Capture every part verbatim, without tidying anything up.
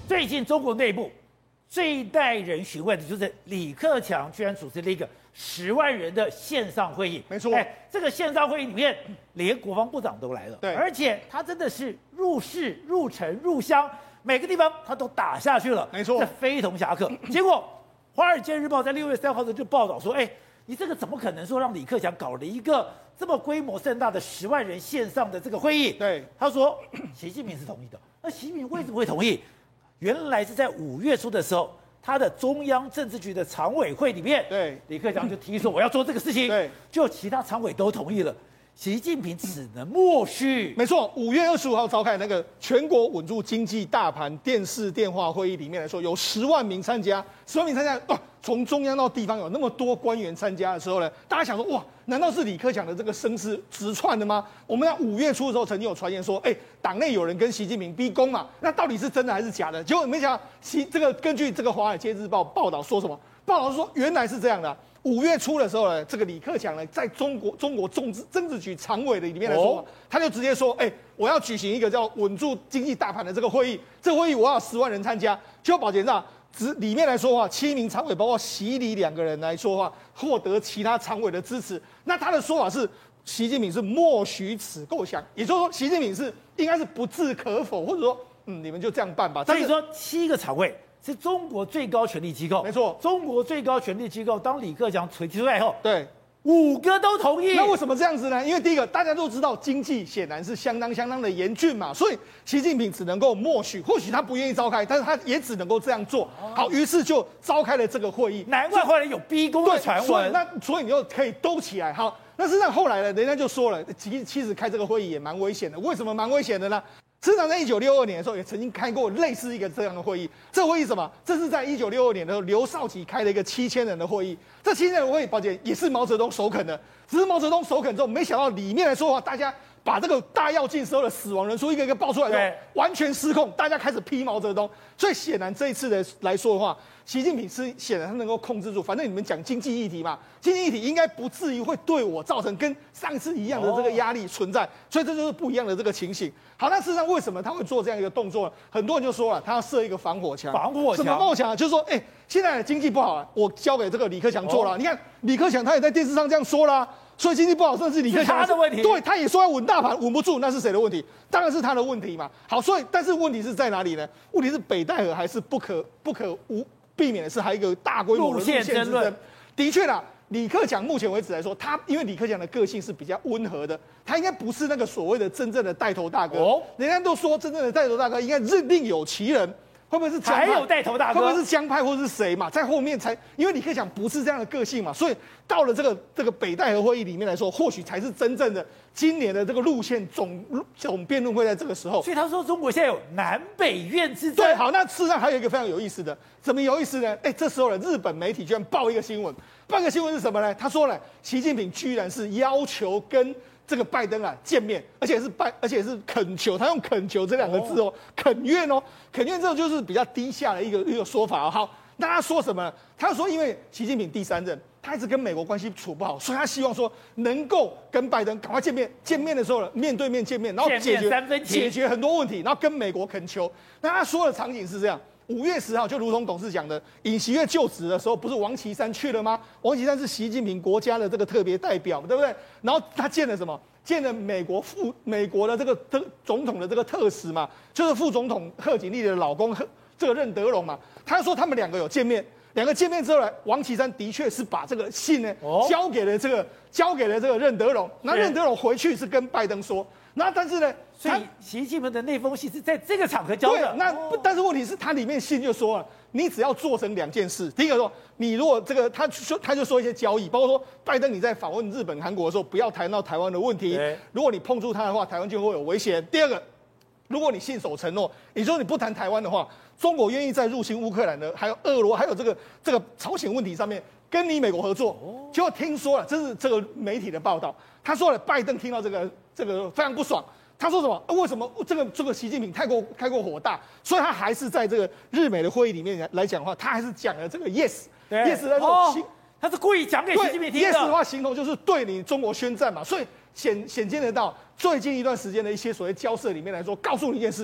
最近中国内部最耐人寻味的就是李克强居然主持了一个十万人的线上会议。 没错， 哎，这个线上会议里面，连国防部长都来了， 对， 而且他真的是入市、入城、入乡，每个地方他都打下去了， 没错， 这非同小可。结果，《华尔街日报》在六月三号的就报道说，哎，你这个怎么可能说让李克强搞了一个这么规模盛大的十万人线上的这个会议？ 对， 他说习近平是同意的。那习近平为什么会同意？原来是在五月初的时候，他的中央政治局的常委会里面， 对， 李克强就提议说我要做这个事情， 对， 就其他常委都同意了，习近平只能默许。 没错，五月二十五号召开那个全国稳住经济大盘电视电话会议里面来说，有十万名参加，十万名参加，哇，从中央到地方有那么多官员参加的时候呢，大家想说，哇，难道是李克强的这个声势直窜的吗？我们在五月初的时候曾经有传言说，哎，党内有人跟习近平逼宫嘛，那到底是真的还是假的？结果没想到，习这个根据这个《华尔街日报》报道说什么？报道说原来是这样的、啊。五月初的时候呢，这个李克强呢，在中国中国政治政治局常委的里面来说，哦、他就直接说，哎、欸，我要举行一个叫稳住经济大盘的这个会议，这个会议我要十万人参加。结果保监长只里面来说话，七名常委包括习李两个人来说话，获得其他常委的支持。那他的说法是，习近平是默许此构想，也就是说，习近平是应该是不置可否，或者说，嗯，你们就这样办吧。 所以说，七个常委。是中国最高权力机构， 没错。 中国最高权力机构，当李克强提出来后， 对， 五个都同意。 那为什么这样子呢？因为第一个，大家都知道经济显然是相当相当的严峻嘛，所以习近平只能够默许，或许他不愿意召开，但是他也只能够这样做。好，于是就召开了这个会议。 难怪后来有逼宫的传闻。 所以那所以你就可以兜起来。好，那实际上后来呢，人家就说了，其其实开这个会议也蛮危险的。为什么蛮危险的呢？事实上，在一九六二年的时候，也曾经开过类似一个这样的会议。这个会议是什么？这是在一九六二年的时候，刘少奇开了一个七千人的会议。这七千人的会议，抱歉，也是毛泽东首肯的。只是毛泽东首肯之后，没想到里面来说话，大家把这个大跃进时候的死亡人数一个一个报出来之后，完全失控，大家开始批毛泽东。所以显然这一次的来说的话，习近平是显然他能够控制住。反正你们讲经济议题嘛，经济议题应该不至于会对我造成跟上次一样的这个压力存在。哦、所以这就是不一样的这个情形。好，那事实上为什么他会做这样一个动作呢？很多人就说了，他要设一个防火墙。 防火墙？ 什么防火墙？就是说，哎、欸，现在的经济不好啊，我交给这个李克强做了。哦、你看李克强他也在电视上这样说啦。所以经济不好，甚至李克强他的问题。 对，他也说要稳大盘，稳不住，那是谁的问题？当然是他的问题嘛。好，所以但是问题是在哪里呢？问题是北戴河还是不可不可无避免的是，还有一个大规模的路线之争。的确啦，李克强目前为止来说，他因为李克强的个性是比较温和的，他应该不是那个所谓的真正的带头大哥。哦，人家都说真正的带头大哥应该认另有其人。会不会是江派？ 还有带头大哥？ 会不会是江派，或是谁嘛？在后面才，因为李克强不是这样的个性嘛，所以到了这个这个北戴河会议里面来说，或许才是真正的今年的这个路线总总辩论会在这个时候。 所以他说中国现在有南北院之争。 对，好，那事实上还有一个非常有意思的，怎么有意思呢？哎，这时候呢，日本媒体居然报一个新闻，报一个新闻是什么呢？他说呢，习近平居然是要求跟这个拜登啊见面，而且是拜，而且是恳求，他用恳求这两个字哦，恳愿哦，恳愿这种就是比较低下的一个一个说法哦。好，那他说什么呢？他说，因为习近平第三任，他一直跟美国关系处不好，所以他希望说能够跟拜登赶快见面，见面的时候呢，面对面见面，然后解决解决很多问题，然后跟美国恳求。那他说的场景是这样。五月十号，就如同董事讲的，尹锡悦就职的时候，不是王岐山去了吗？王岐山是习近平国家的这个特别代表，对不对？然后他见了什么？见了美国副美国的这个特总统的这个特使嘛，就是副总统贺锦丽的老公贺这个任德荣嘛。他说他们两个有见面，两个见面之后呢，王岐山的确是把这个信呢、哦、交给了这个交给了这个任德荣，那任德荣回去是跟拜登说。那但是呢， 所以习近平的那封信是在这个场合交的。 那、哦、但是问题是，他里面信就说了，你只要做成两件事。第一个说，你如果这个他说他就说一些交易，包括说拜登你在访问日本、韩国的时候，不要谈到台湾的问题。如果你碰触他的话，台湾就会有危险。第二个，如果你信守承诺，也就是你不谈台湾的话，中国愿意在入侵乌克兰的，还有俄罗，还有这个这个朝鲜问题上面跟你美国合作。结果听说了，这是这个媒体的报道，他说了，拜登听到这个。这个非常不爽，他说什么？为什么这个这个习近平太过太过火大？所以他还是在这个日美的会议里面来讲的话，他还是讲了这个 yes yes 的哦，他是故意讲给习近平听的。 yes 的话，形同就是对你中国宣战嘛。所以显显见得到，最近一段时间的一些所谓交涉里面来说，告诉你一件事情：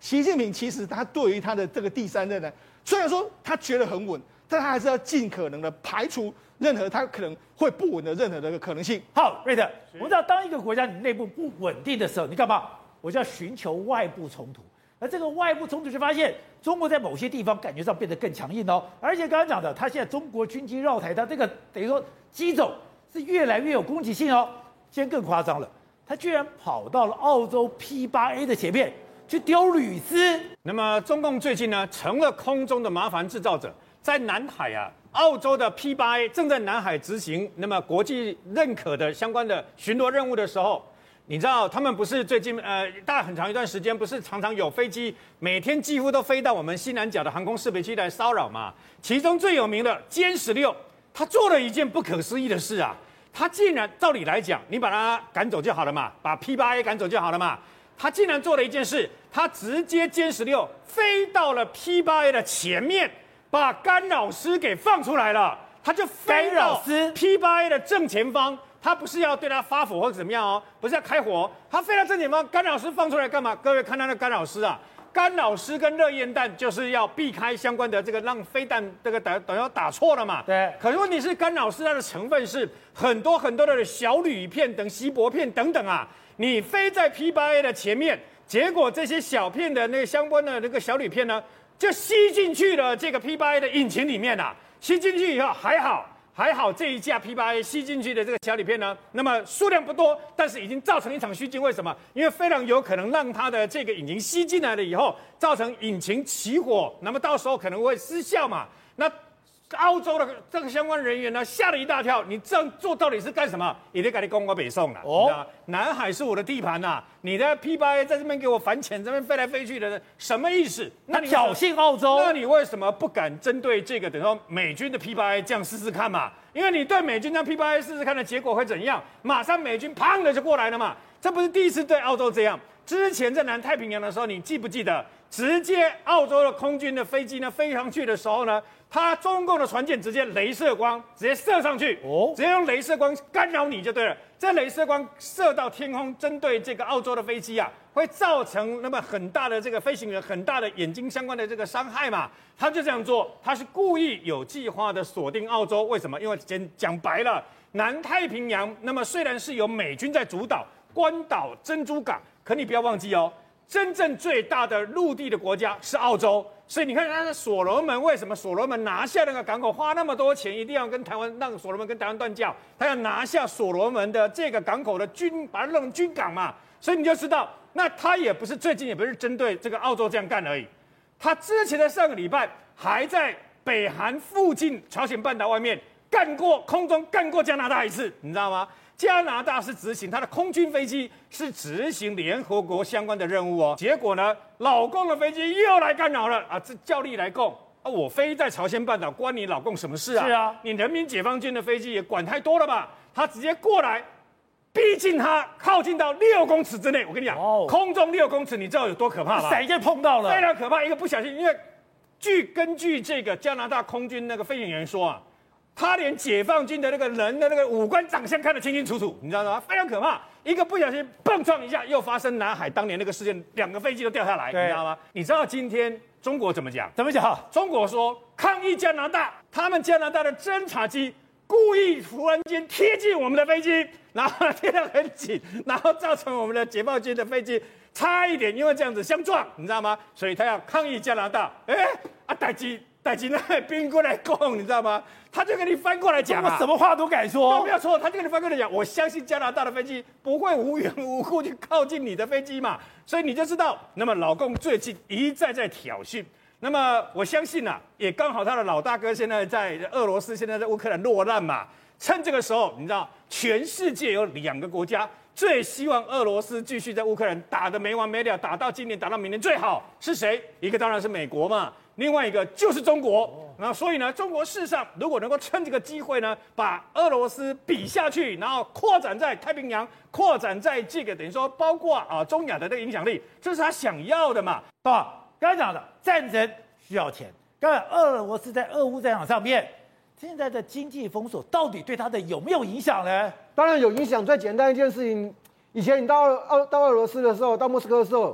习近平其实他对于他的这个第三任呢，虽然说他觉得很稳，但他还是要尽可能的排除任何他可能会不稳的任何的可能性。 好，瑞德，我们知道当一个国家你内部不稳定的时候，你干嘛？我就要寻求外部冲突。而这个外部冲突就发现，中国在某些地方感觉上变得更强硬哦。而且刚刚讲的，他现在中国军机绕台，他这个等于说机种是越来越有攻击性哦。现在更夸张了，他居然跑到了澳洲 P 八 A 的前面去丢铝丝。 那么中共最近呢，成了空中的麻烦制造者，在南海啊，澳洲的 P 八 A 正在南海执行那么国际认可的相关的巡逻任务的时候。你知道他们不是最近呃，大概很长一段时间，不是常常有飞机每天几乎都飞到我们西南角的航空识别区来骚扰嘛？其中最有名的歼十六，他做了一件不可思议的事啊！他竟然照理来讲，你把他赶走就好了嘛，把 P 八 A 赶走就好了嘛。他竟然做了一件事，他直接歼十六飞到了 P 八 A 的前面，把干扰丝给放出来了，他就飞到 P 八 A 的正前方。他不是要对他发火或者怎么样哦，不是要开火，他飞到正前方，干扰丝放出来干嘛？各位看他的干扰丝啊，干扰丝跟热焰弹就是要避开相关的这个让飞弹这个等等要打错了嘛。 对。 可是问题是干扰丝它的成分是很多很多的小铝片等锡箔片等等啊，你飞在 P 八 A 的前面，结果这些小片的那个相关的那个小铝片呢，就吸进去了这个 P 八 A 的引擎里面啊，吸进去以后还好。还好这一架 P 八 A 吸进去的这个小铝片呢，那么数量不多，但是已经造成一场虚惊。为什么？因为非常有可能让它的这个引擎吸进来了以后，造成引擎起火，那么到时候可能会失效嘛。那澳洲的这个相关人员呢，吓了一大跳。你这样做到底是干什么？也得给你公我北宋了。哦，南海是我的地盘呐、啊，你的 P 八 A 在这边给我反潜，这边飞来飞去的，什么意思？ 那你挑衅澳洲？ 那你为什么不敢针对这个等于说美军的 P 八 A 这样试试看嘛？因为你对美军的 P 八 A 试试看的结果会怎样？马上美军砰的就过来了嘛。这不是第一次对澳洲这样。之前在南太平洋的时候，你记不记得？直接澳洲的空军的飞机呢飞上去的时候呢，它中共的船舰直接雷射光直接射上去，哦，直接用雷射光干扰你就对了。这雷射光射到天空，针对这个澳洲的飞机啊，会造成那么很大的这个飞行员很大的眼睛相关的这个伤害嘛。他就这样做，他是故意有计划的锁定澳洲。为什么？因为讲讲白了，南太平洋那么虽然是由美军在主导，关岛、珍珠港，可你不要忘记哦。真正最大的陆地的国家是澳洲，所以你看它的所罗门为什么所罗门拿下那个港口花那么多钱，一定要跟台湾让所罗门跟台湾断交，他要拿下所罗门的这个港口的军，把它弄成军港嘛，所以你就知道，那他也不是最近也不是针对这个澳洲这样干而已，他之前的上个礼拜还在北韩附近朝鲜半岛外面干过空中干过加拿大一次，你知道吗？加拿大是执行它的空军飞机是执行联合国相关的任务哦，结果呢，老共的飞机又来干扰了啊！这照例来共啊，我飞在朝鲜半岛关你老共什么事啊？ 是啊， 你人民解放军的飞机也管太多了吧？他直接过来，逼近他，靠近到六公尺之内。我跟你讲，哦、空中六公尺，你知道有多可怕吗？ 谁就碰到了， 非常可怕。一个不小心，因为据根据这个加拿大空军那个飞行员说啊。他连解放军的那个人的那个五官长相看得清清楚楚，你知道吗？非常可怕。一个不小心碰撞一下，又发生南海当年那个事件，两个飞机都掉下来，你知道吗？你知道今天中国怎么讲？ 怎么讲？ 中国说抗议加拿大，他们加拿大的侦察机故意突然间贴近我们的飞机，然后贴得很紧，然后造成我们的解放军的飞机差一点因为这样子相撞，你知道吗？所以他要抗议加拿大。哎，啊，逮鸡。逮起那兵过来攻，你知道吗？他就跟你翻过来讲啊， 什么话都敢说， 没有错。他就跟你翻过来讲，我相信加拿大的飞机不会无缘无故去靠近你的飞机嘛，所以你就知道，那么老共最近一再在挑衅。那么我相信啊，也刚好他的老大哥现在在俄罗斯，现在在乌克兰落难嘛，趁这个时候，你知道，全世界有两个国家最希望俄罗斯继续在乌克兰打得没完没了，打到今年，打到明年最好是谁？一个当然是美国嘛。另外一个就是中国，那所以呢，中国事实上如果能够趁这个机会呢，把俄罗斯比下去，然后扩展在太平洋，扩展在这个等于说包括啊中亚的这个影响力，这是他想要的嘛。 啊，刚才讲的战争需要钱，刚才俄罗斯在俄乌战场上面，现在的经济封锁到底对他的有没有影响呢？ 当然有影响。最简单一件事情，以前你到俄到俄罗斯的时候，到莫斯科的时候。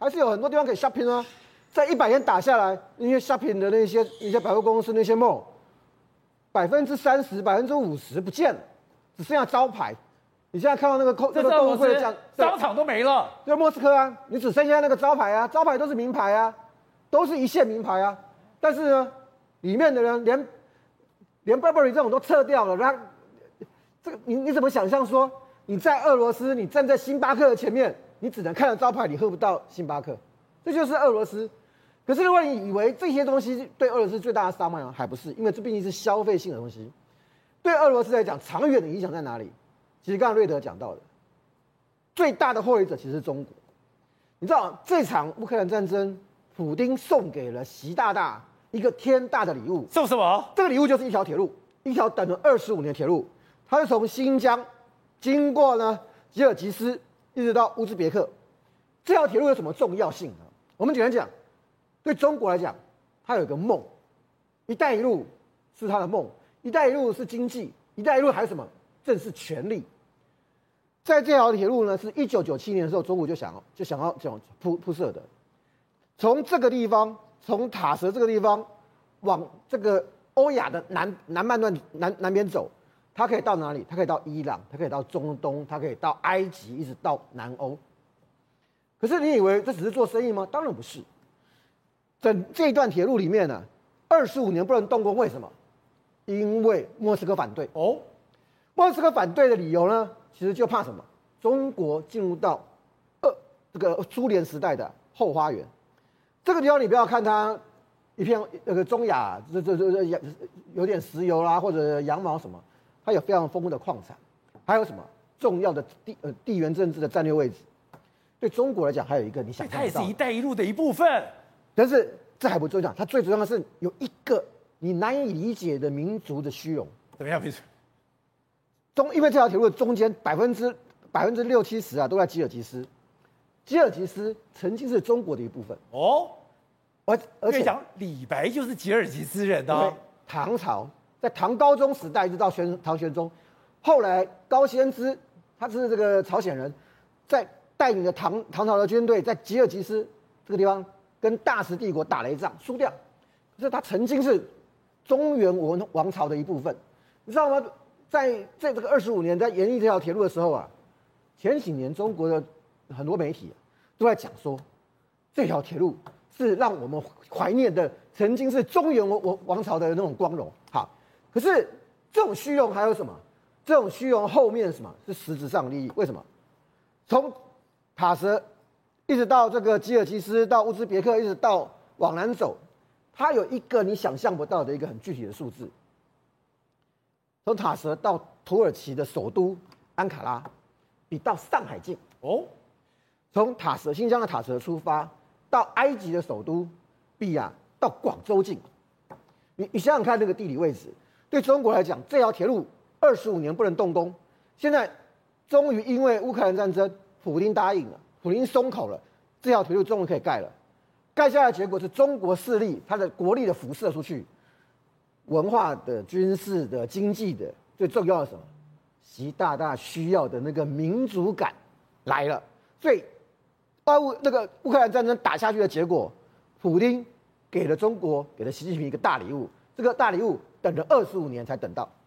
还是有很多地方可以 shopping 啊。在一百天打下来，那些 shopping 的那些那些百货公司那些 mall， 百分之三十、百分之五十不见了，只剩下招牌。你现在看到那个购那个购物会讲， 商场都没了， 就莫斯科啊，你只剩下那个招牌啊，招牌都是名牌啊，都是一线名牌啊。但是呢，里面的人连连 Burberry 这种都撤掉了，然后这个你你怎么想象说你在俄罗斯，你站在星巴克的前面，你只能看到招牌，你喝不到星巴克，这就是俄罗斯。可是如果你以为这些东西对俄罗斯最大的伤害吗？还不是，因为这毕竟是消费性的东西。对俄罗斯来讲，长远的影响在哪里？其实刚才瑞德讲到的，最大的获益者其实是中国。你知道这场乌克兰战争，普丁送给了习大大一个天大的礼物。 送什么？ 这个礼物就是一条铁路，一条等了二十五年的铁路。它是从新疆经过呢吉尔吉斯，一直到乌兹别克。这条铁路有什么重要性呢？我们简单讲，对中国来讲，它有一个梦，一带一路是它的梦，一带一路是经济，一带一路还有什么？正是权力。在这条铁路呢，是一九九七年的时候，中国就想要就想要这种铺铺设的。从这个地方，从塔什这个地方，往这个欧亚的南南半段南南边走，它可以到哪里？它可以到伊朗，它可以到中东，它可以到埃及，一直到南欧。可是你以为这只是做生意吗？当然不是。整这一段铁路里面呢，二十五年不能动工，为什么？因为莫斯科反对。哦，莫斯科反对的理由呢，其实就怕什么？中国进入到呃这个苏联时代的后花园。这个地方你不要看它一片那个中亚，这这这这有点石油啦或者羊毛什么，它有非常丰富的矿产，还有什么重要的地呃地缘政治的战略位置。对中国来讲，还有一个你想象它也是一带一路的一部分。 但是这还不重要，它最主要的是有一个你难以理解的民族的虚荣。 怎么样，秘书？ 中因为这条铁路的中间百分之百分之六七十啊都在吉尔吉斯，吉尔吉斯曾经是中国的一部分哦， 而而且讲李白就是吉尔吉斯人啊。 唐朝在唐高宗时代一直到玄唐玄宗，后来高仙芝他是这个朝鲜人，在带领着唐唐朝的军队在吉尔吉斯这个地方跟大食帝国打了一仗，输掉。可是他曾经是中原王王朝的一部分，你知道吗？在在这个二十五年在研议这条铁路的时候啊，前几年中国的很多媒体、啊、都在讲说，这条铁路是让我们怀念的曾经是中原王王朝的那种光荣。好，可是这种虚荣还有什么？这种虚荣后面是什么？是实质上的利益。为什么？从塔什一直到这个吉尔吉斯，到乌兹别克，一直到往南走，它有一个你想象不到的一个很具体的数字。从塔什到土耳其的首都安卡拉，比到上海近哦。从塔什新疆的塔什出发，到埃及的首都，比啊到广州近。你你想想看那个地理位置，对中国来讲，这条铁路二十五年不能动工，现在终于因为乌克兰战争，普丁答应了，普丁松口了，这条铁路终于可以盖了。盖下来的结果是中国势力它的国力的辐射出去。文化的、军事的、经济的，最重要的是什么？习大大需要的那个民族感来了。所以，俄乌那个乌克兰战争打下去的结果，普丁给了中国、给了习近平一个大礼物。这个大礼物等了二十五年才等到。